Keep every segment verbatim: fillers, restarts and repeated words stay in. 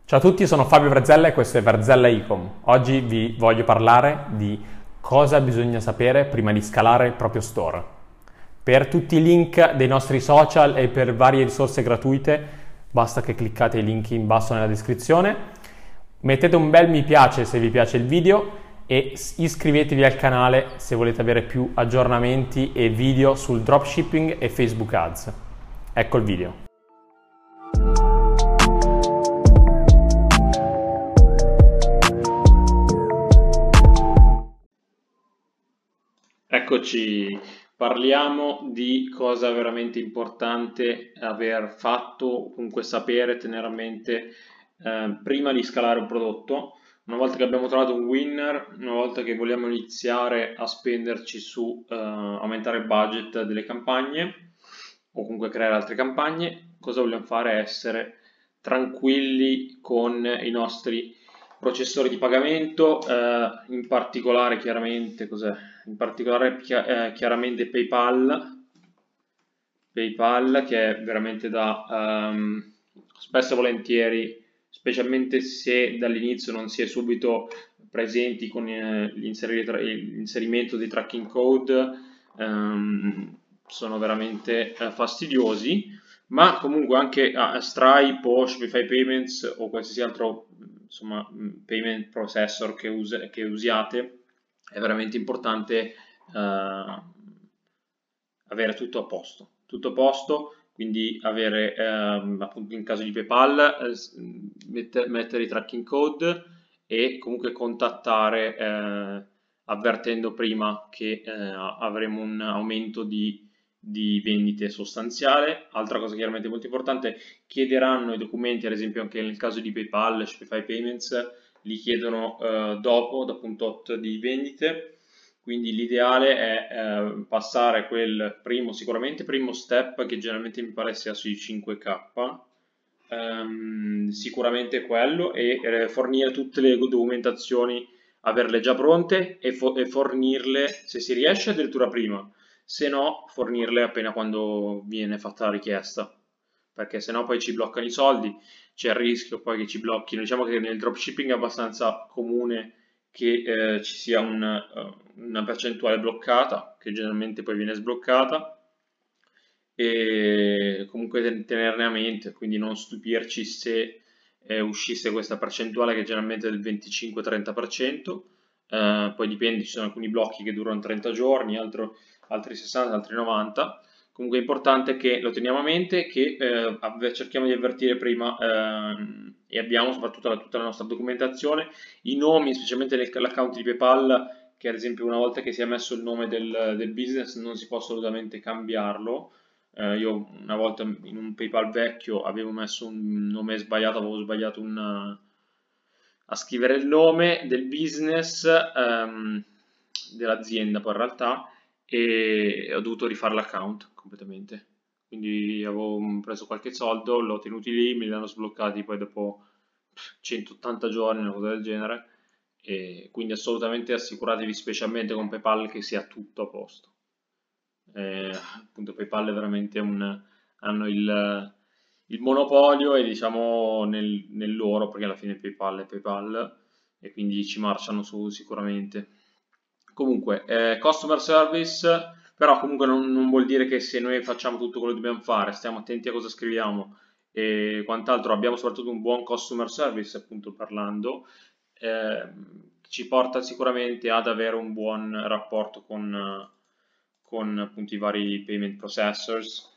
Ciao a tutti, sono Fabio Verzella e questo è Verzella Ecom. Oggi vi voglio parlare di cosa bisogna sapere prima di scalare il proprio store. Per tutti i link dei nostri social e per varie risorse gratuite, basta che cliccate i link in basso nella descrizione. Mettete un bel mi piace se vi piace il video e iscrivetevi al canale se volete avere più aggiornamenti e video sul dropshipping e Facebook Ads. Ecco il video. Eccoci, parliamo di cosa veramente importante aver fatto, o comunque sapere, tenere a mente eh, prima di scalare un prodotto. Una volta che abbiamo trovato un winner, una volta che vogliamo iniziare a spenderci su eh, aumentare il budget delle campagne o comunque creare altre campagne, cosa vogliamo fare? Essere tranquilli con i nostri processori di pagamento, eh, in particolare chiaramente cos'è? In particolare eh, chiaramente PayPal, PayPal che è veramente da um, spesso e volentieri, specialmente se dall'inizio non si è subito presenti con eh, l'inserimento dei tracking code, um, sono veramente eh, fastidiosi, ma comunque anche ah, Stripe o Shopify Payments o qualsiasi altro insomma, payment processor che, us che usiate, è veramente importante uh, avere tutto a posto, tutto a posto, quindi avere ehm, appunto in caso di PayPal eh, mettere, mettere i tracking code e comunque contattare eh, avvertendo prima che eh, avremo un aumento di, di vendite sostanziale. Altra cosa chiaramente molto importante, chiederanno i documenti, ad esempio anche nel caso di PayPal, Shopify Payments, li chiedono eh, dopo, dopo un tot di vendite. Quindi l'ideale è eh, passare quel primo, sicuramente primo step che generalmente mi pare sia sui cinque K, ehm, sicuramente quello e eh, fornire tutte le documentazioni, averle già pronte e, fo e fornirle se si riesce addirittura prima, se no fornirle appena quando viene fatta la richiesta, perché se no poi ci bloccano i soldi, c'è il rischio poi che ci blocchino. Diciamo che nel dropshipping è abbastanza comune che eh, ci sia un, uh, una percentuale bloccata, che generalmente poi viene sbloccata, e comunque tenerne a mente, quindi non stupirci se eh, uscisse questa percentuale che generalmente è del venticinque trenta per cento, eh, poi dipende, ci sono alcuni blocchi che durano trenta giorni, altro, altri sessanta, altri novanta. Comunque è importante che lo teniamo a mente, che eh, cerchiamo di avvertire prima ehm, e abbiamo soprattutto la, tutta la nostra documentazione, i nomi, specialmente nell'account di PayPal, che ad esempio una volta che si è messo il nome del, del business non si può assolutamente cambiarlo. Eh, io una volta in un PayPal vecchio avevo messo un nome sbagliato, avevo sbagliato un, a scrivere il nome del business, ehm, dell'azienda poi in realtà, e ho dovuto rifare l'account completamente. Quindi avevo preso qualche soldo, l'ho tenuti lì, me li hanno sbloccati poi dopo centottanta giorni, una cosa del genere. E quindi assolutamente assicuratevi, specialmente con PayPal, che sia tutto a posto. Eh, appunto PayPal è veramente un, hanno il, il monopolio e diciamo nel, nel loro, perché alla fine PayPal è PayPal e quindi ci marciano su sicuramente. Comunque, eh, customer service, però comunque non, non vuol dire che se noi facciamo tutto quello che dobbiamo fare, stiamo attenti a cosa scriviamo e quant'altro, abbiamo soprattutto un buon customer service, appunto parlando, eh, ci porta sicuramente ad avere un buon rapporto con, con appunto i vari payment processors.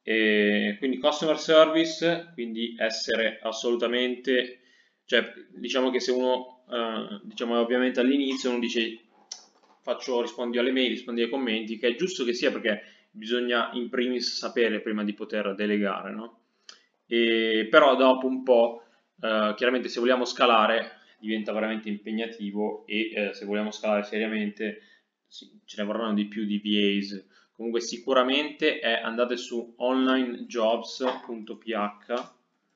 E quindi customer service, quindi essere assolutamente, cioè diciamo che se uno, eh, diciamo ovviamente all'inizio uno dice faccio, rispondi alle mail, rispondi ai commenti, che è giusto che sia perché bisogna in primis sapere prima di poter delegare, no? E, però dopo un po', eh, chiaramente se vogliamo scalare diventa veramente impegnativo e eh, se vogliamo scalare seriamente sì, ce ne vorranno di più di V As. Comunque sicuramente è, andate su onlinejobs punto p h,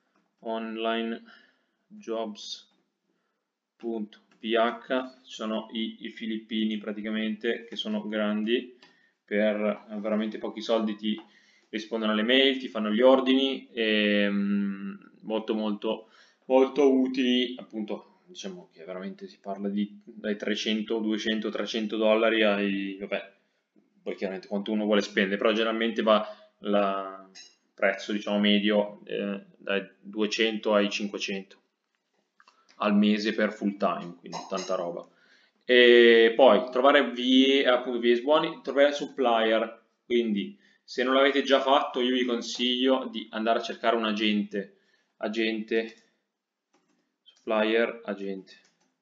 onlinejobs.ph, sono i, i filippini praticamente che sono grandi, per veramente pochi soldi ti rispondono alle mail, ti fanno gli ordini e mm, molto molto molto utili, appunto, diciamo che veramente si parla di dai trecento, duecento, trecento dollari ai, vabbè, poi chiaramente quanto uno vuole spendere, però generalmente va il prezzo, diciamo, medio eh, dai duecento ai cinquecento al mese per full time, quindi tanta roba. E poi trovare vie, appunto, vie buoni, trovare supplier, quindi se non l'avete già fatto io vi consiglio di andare a cercare un agente, agente, supplier, agente.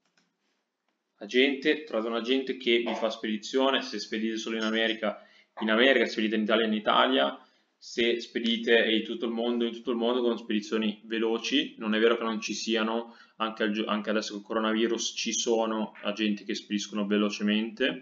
Agente, trovate un agente che vi fa spedizione, se spedite solo in America, in America, se spedite in Italia, in Italia, se spedite in tutto il mondo, in tutto il mondo con spedizioni veloci. Non è vero che non ci siano, anche, al, anche adesso con il coronavirus ci sono agenti che spediscono velocemente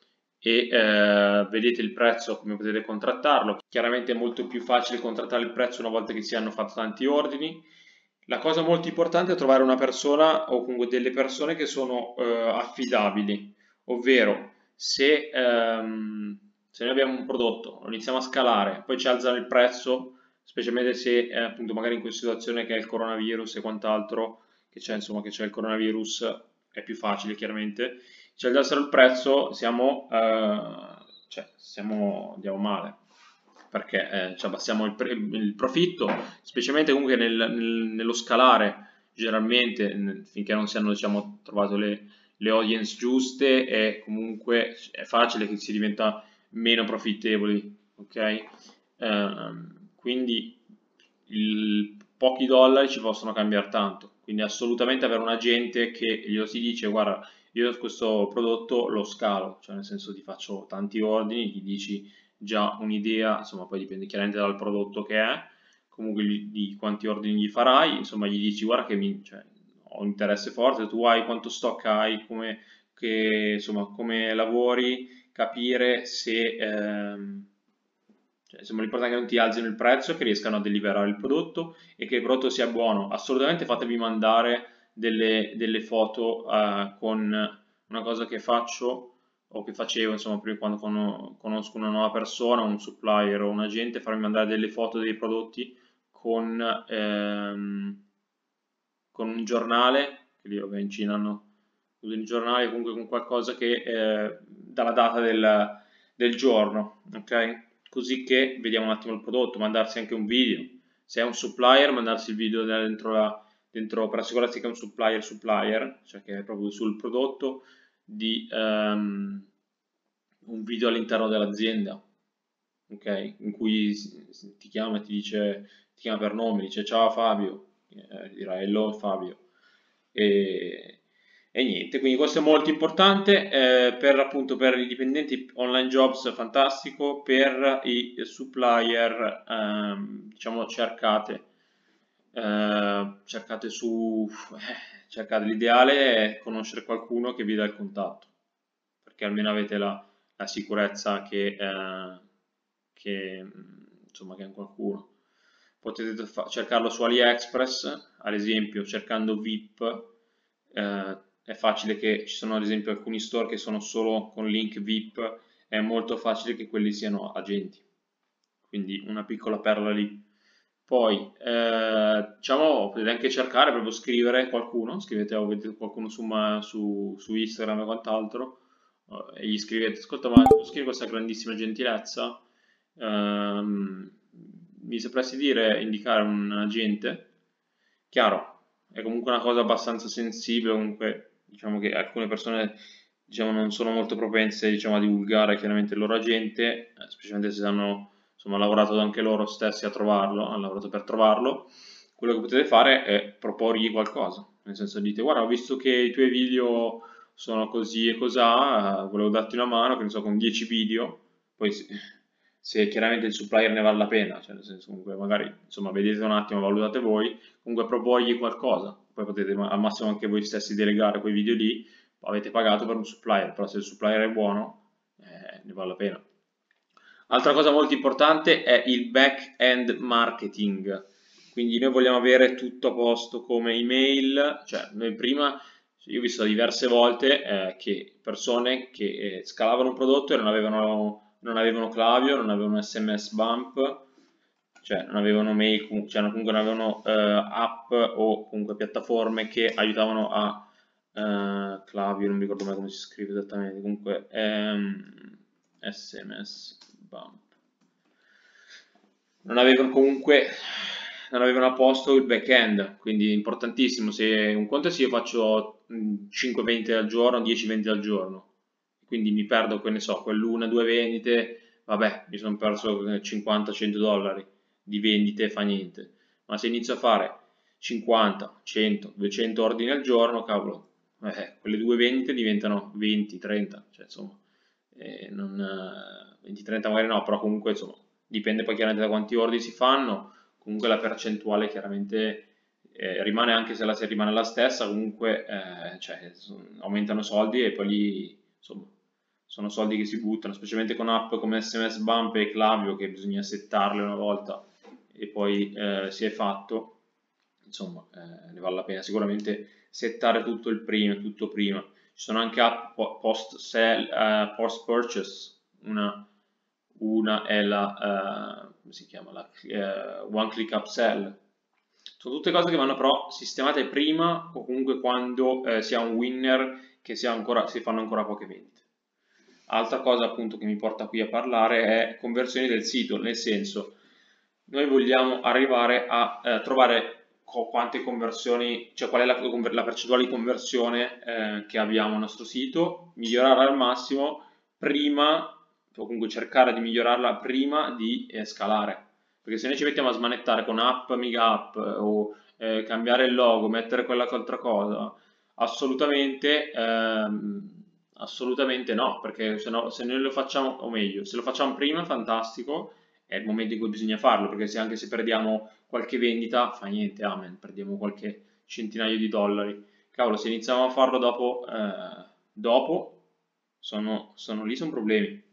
e eh, vedete il prezzo, come potete contrattarlo. Chiaramente è molto più facile contrattare il prezzo una volta che si hanno fatto tanti ordini. La cosa molto importante è trovare una persona o comunque delle persone che sono eh, affidabili, ovvero se, ehm, se noi abbiamo un prodotto, lo iniziamo a scalare, poi ci alzano il prezzo, specialmente se eh, appunto magari in questa situazione che è il coronavirus e quant'altro, che c'è insomma che c'è il coronavirus, è più facile chiaramente, ci alzassero il prezzo siamo, eh, cioè, siamo andiamo male perché eh, ci abbassiamo il, pre- il profitto, specialmente comunque nel- nel- nello scalare, generalmente n- finché non si hanno diciamo, trovato le, le audience giuste, è comunque è facile che si diventa meno profittevoli, ok? Ehm, quindi il- pochi dollari ci possono cambiare tanto, quindi assolutamente avere un agente che glielo si dice, guarda, io questo prodotto lo scalo, cioè nel senso ti faccio tanti ordini, gli dici già un'idea, insomma poi dipende chiaramente dal prodotto che è, comunque gli- di quanti ordini gli farai, insomma gli dici guarda che mi, cioè, ho un interesse forte, tu hai quanto stock hai, come, che, insomma, come lavori, capire se, ehm, cioè, insomma l'importante è che non ti alzino il prezzo, che riescano a deliberare il prodotto e che il prodotto sia buono. Assolutamente fatevi mandare delle, delle foto eh, con una cosa che faccio o che facevo, insomma, prima quando cono- conosco una nuova persona, un supplier o un agente, farmi mandare delle foto dei prodotti con, ehm, con un giornale, che lì vabbè in Cina hanno usano il giornale, comunque con qualcosa che eh, dà la data del, del giorno, ok? Così che vediamo un attimo il prodotto, mandarsi anche un video. Se è un supplier, mandarsi il video dentro, la, dentro per assicurarsi che è un supplier supplier, cioè che è proprio sul prodotto, di um, un video all'interno dell'azienda, ok? In cui ti chiama e ti dice, ti chiama per nome, dice ciao Fabio, eh, dirà hello Fabio. E, e niente, quindi questo è molto importante eh, per appunto per i dipendenti online jobs, fantastico, per i supplier ehm, diciamo cercate eh, cercate su eh, cercate l'ideale è conoscere qualcuno che vi dà il contatto perché almeno avete la, la sicurezza che, eh, che insomma che è un qualcuno. Potete cercarlo su AliExpress, ad esempio cercando V I P, eh, è facile che ci sono ad esempio alcuni store che sono solo con link V I P, è molto facile che quelli siano agenti, quindi una piccola perla lì. Poi, eh, diciamo, potete anche cercare, proprio scrivere qualcuno, scrivete o vedete qualcuno su, ma- su, su Instagram e quant'altro, eh, e gli scrivete, ascolta, ma posso scrivere questa grandissima gentilezza? Ehm, mi sapresti dire, indicare un agente? Chiaro, è comunque una cosa abbastanza sensibile, comunque diciamo che alcune persone diciamo, non sono molto propense diciamo, a divulgare chiaramente il loro agente, eh, specialmente se hanno insomma, lavorato anche loro stessi a trovarlo, hanno lavorato per trovarlo. Quello che potete fare è proporgli qualcosa, nel senso dite guarda ho visto che i tuoi video sono così e cosà, eh, volevo darti una mano, che ne so, con dieci video, poi se, se chiaramente il supplier ne vale la pena, cioè nel senso comunque magari insomma vedete un attimo, valutate voi, comunque proporgli qualcosa, poi potete al massimo anche voi stessi delegare quei video lì, avete pagato per un supplier, però se il supplier è buono eh, ne vale la pena. Altra cosa molto importante è il back-end marketing, quindi noi vogliamo avere tutto a posto come email, cioè noi prima, io ho visto diverse volte eh, che persone che eh, scalavano un prodotto e non avevano, non avevano Klaviyo, non avevano S M S bump, cioè non avevano mail, cioè comunque non avevano eh, app o comunque piattaforme che aiutavano a eh, Klaviyo, non mi ricordo mai come si scrive esattamente, comunque ehm, S M S Bump. Non avevano comunque non avevano a posto il back-end, quindi importantissimo. Se un conto è se io faccio cinque vendite al giorno, dieci vendite al giorno, quindi mi perdo, che ne so, quell'una, due vendite, vabbè, mi sono perso cinquanta cento dollari di vendite, fa niente. Ma se inizio a fare cinquanta, cento, duecento ordini al giorno, cavolo, eh, quelle due vendite diventano venti, trenta, cioè insomma, eh, non, eh, venti, trenta magari no, però comunque insomma, dipende poi chiaramente da quanti ordini si fanno, comunque la percentuale chiaramente eh, rimane, anche se la se rimane la stessa, comunque eh, cioè, aumentano soldi e poi lì, insomma, sono soldi che si buttano, specialmente con app come S M S Bump e Klaviyo che bisogna settarle una volta e poi eh, si è fatto, insomma, eh, ne vale la pena sicuramente settare tutto il prima, tutto prima. Ci sono anche app post sell, uh, post purchase, una, una è la, uh, come si chiama, la uh, one click upsell. Sono tutte cose che vanno però sistemate prima o comunque quando eh, si ha un winner che si, ancora, si fanno ancora poche vendite. Altra cosa appunto che mi porta qui a parlare è conversioni del sito, nel senso noi vogliamo arrivare a eh, trovare quante conversioni, cioè qual è la, la percentuale di conversione eh, che abbiamo al nostro sito, migliorare al massimo prima, o comunque cercare di migliorarla prima di eh, scalare, perché se noi ci mettiamo a smanettare con app, miga app o eh, cambiare il logo, mettere quella che altra cosa, assolutamente, ehm, assolutamente no, perché se, no, se noi lo facciamo, o meglio, se lo facciamo prima, fantastico, è il momento in cui bisogna farlo, perché se anche se perdiamo qualche vendita, fa niente, amen, perdiamo qualche centinaio di dollari. Cavolo, se iniziamo a farlo dopo, eh, dopo sono, sono lì, sono problemi.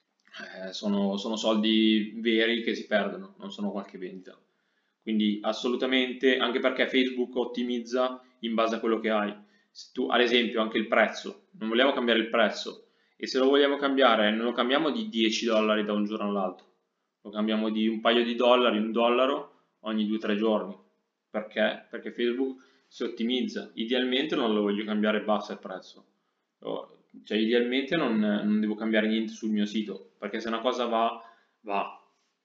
Eh, sono, sono soldi veri che si perdono, non sono qualche vendita. Quindi assolutamente, anche perché Facebook ottimizza in base a quello che hai. Se tu, ad esempio, anche il prezzo, non vogliamo cambiare il prezzo, e se lo vogliamo cambiare, non lo cambiamo di dieci dollari da un giorno all'altro, lo cambiamo di un paio di dollari, un dollaro ogni due o tre giorni. Perché? Perché Facebook si ottimizza. Idealmente non lo voglio cambiare bassa il prezzo. Cioè, idealmente non, non devo cambiare niente sul mio sito, perché se una cosa va, va.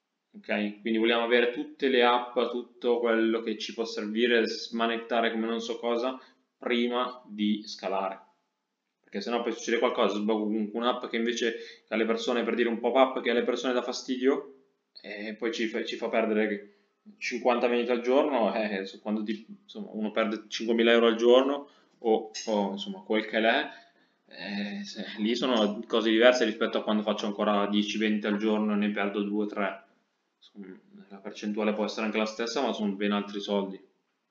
Ok? Quindi vogliamo avere tutte le app, tutto quello che ci può servire, smanettare come non so cosa, prima di scalare. Perché sennò poi succede qualcosa, sbaggo un'app che invece alle persone, per dire un pop-up che alle persone dà fastidio, e poi ci fa, ci fa perdere cinquanta vendite al giorno, eh, quando ti, insomma, uno perde cinquemila euro al giorno o, o insomma quel che l'è, eh, se- lì sono cose diverse rispetto a quando faccio ancora dieci vendite al giorno e ne perdo due o tre. La percentuale può essere anche la stessa, ma sono ben altri soldi.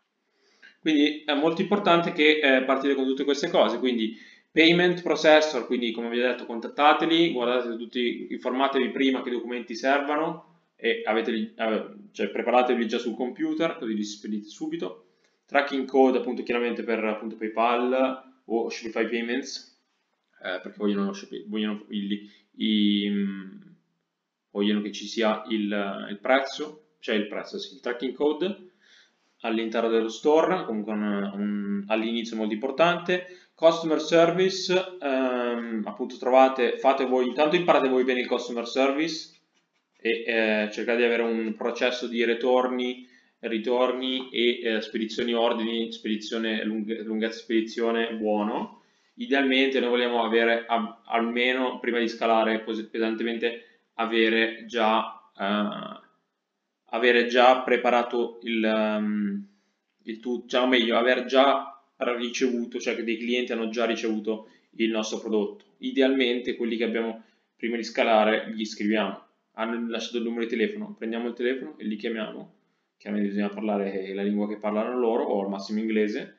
Quindi è molto importante che eh, partire con tutte queste cose, quindi payment processor, quindi come vi ho detto contattateli, guardate tutti, informatevi prima che documenti servano e aveteli, eh, cioè, preparatevi già sul computer, così li spedite subito. Tracking code appunto chiaramente per appunto PayPal o Shopify Payments, eh, perché vogliono, vogliono, i, i, vogliono che ci sia il, il prezzo, cioè il prezzo, sì, il tracking code all'interno dello store, comunque un, un, all'inizio molto importante. Customer service, ehm, appunto trovate, fate voi, intanto imparate voi bene il customer service e eh, cercate di avere un processo di ritorni, ritorni e eh, spedizioni ordini, spedizione, lunghe, lunghezza spedizione buono. Idealmente noi vogliamo avere a, almeno, prima di scalare pesantemente, avere già... Eh, avere già preparato il, um, il tutto, cioè, o meglio, aver già ricevuto, cioè che dei clienti hanno già ricevuto il nostro prodotto. Idealmente quelli che abbiamo prima di scalare gli scriviamo, hanno lasciato il numero di telefono, prendiamo il telefono e li chiamiamo, chiaramente bisogna parlare la lingua che parlano loro o al massimo inglese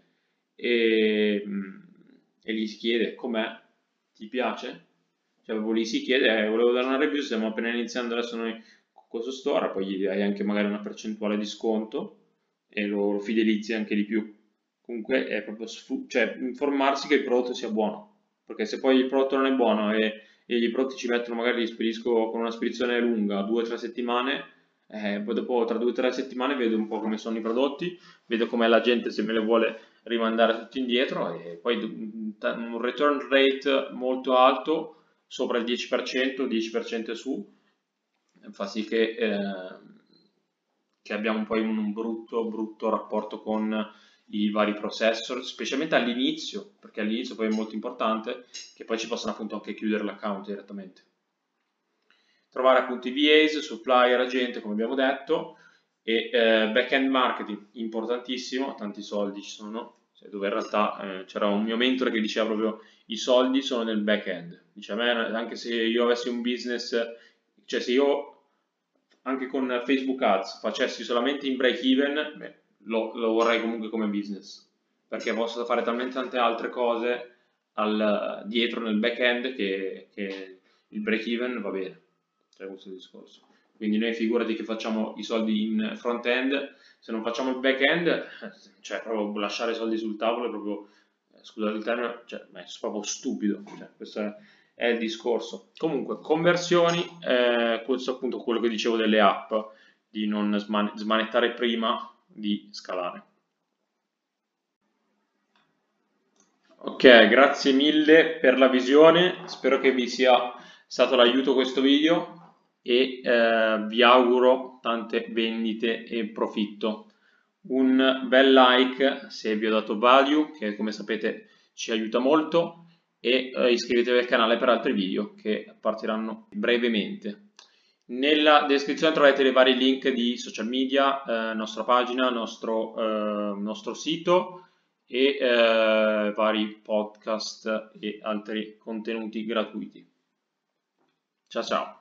e, e gli si chiede com'è, ti piace? Cioè, lì si chiede, eh, volevo dare una review, stiamo appena iniziando adesso noi questo store, poi gli dai anche magari una percentuale di sconto e lo, lo fidelizzi anche di più. Comunque è proprio cioè, informarsi che il prodotto sia buono, perché se poi il prodotto non è buono e, e i prodotti ci mettono, magari li spedisco con una spedizione lunga, due o tre settimane, eh, poi dopo tra due o tre settimane vedo un po' come sono i prodotti, vedo come la gente se me le vuole rimandare tutti indietro e poi un return rate molto alto, sopra il dieci per cento, dieci per cento e su, fa sì che, eh, che abbiamo poi un brutto, brutto rapporto con i vari processor, specialmente all'inizio, perché all'inizio poi è molto importante che poi ci possano appunto anche chiudere l'account direttamente. Trovare appunto i V As, supplier, agente, come abbiamo detto, e eh, back-end marketing, importantissimo, tanti soldi ci sono, dove in realtà eh, c'era un mio mentore che diceva proprio i soldi sono nel back-end. Dice a me, anche se io avessi un business, cioè se io anche con Facebook Ads facessi solamente in break-even, beh, lo, lo vorrei comunque come business, perché posso fare talmente tante altre cose al, dietro nel back-end che, che il break-even va bene. Cioè questo è il discorso. Quindi noi figurati che facciamo i soldi in front-end, se non facciamo il back-end, cioè proprio lasciare i soldi sul tavolo è proprio, eh, scusate il termine, cioè, è proprio stupido. Cioè, questo è, è il discorso. Comunque, conversioni, eh, questo è appunto quello che dicevo delle app, di non sman smanettare prima di scalare. Ok, grazie mille per la visione, spero che vi sia stato d'aiuto questo video e eh, vi auguro tante vendite e profitto. Un bel like se vi ho dato value, che come sapete ci aiuta molto, e eh, iscrivetevi al canale per altri video che partiranno brevemente. Nella descrizione trovate i vari link di social media, eh, nostra pagina, nostro, eh, nostro sito e eh, vari podcast e altri contenuti gratuiti. Ciao ciao!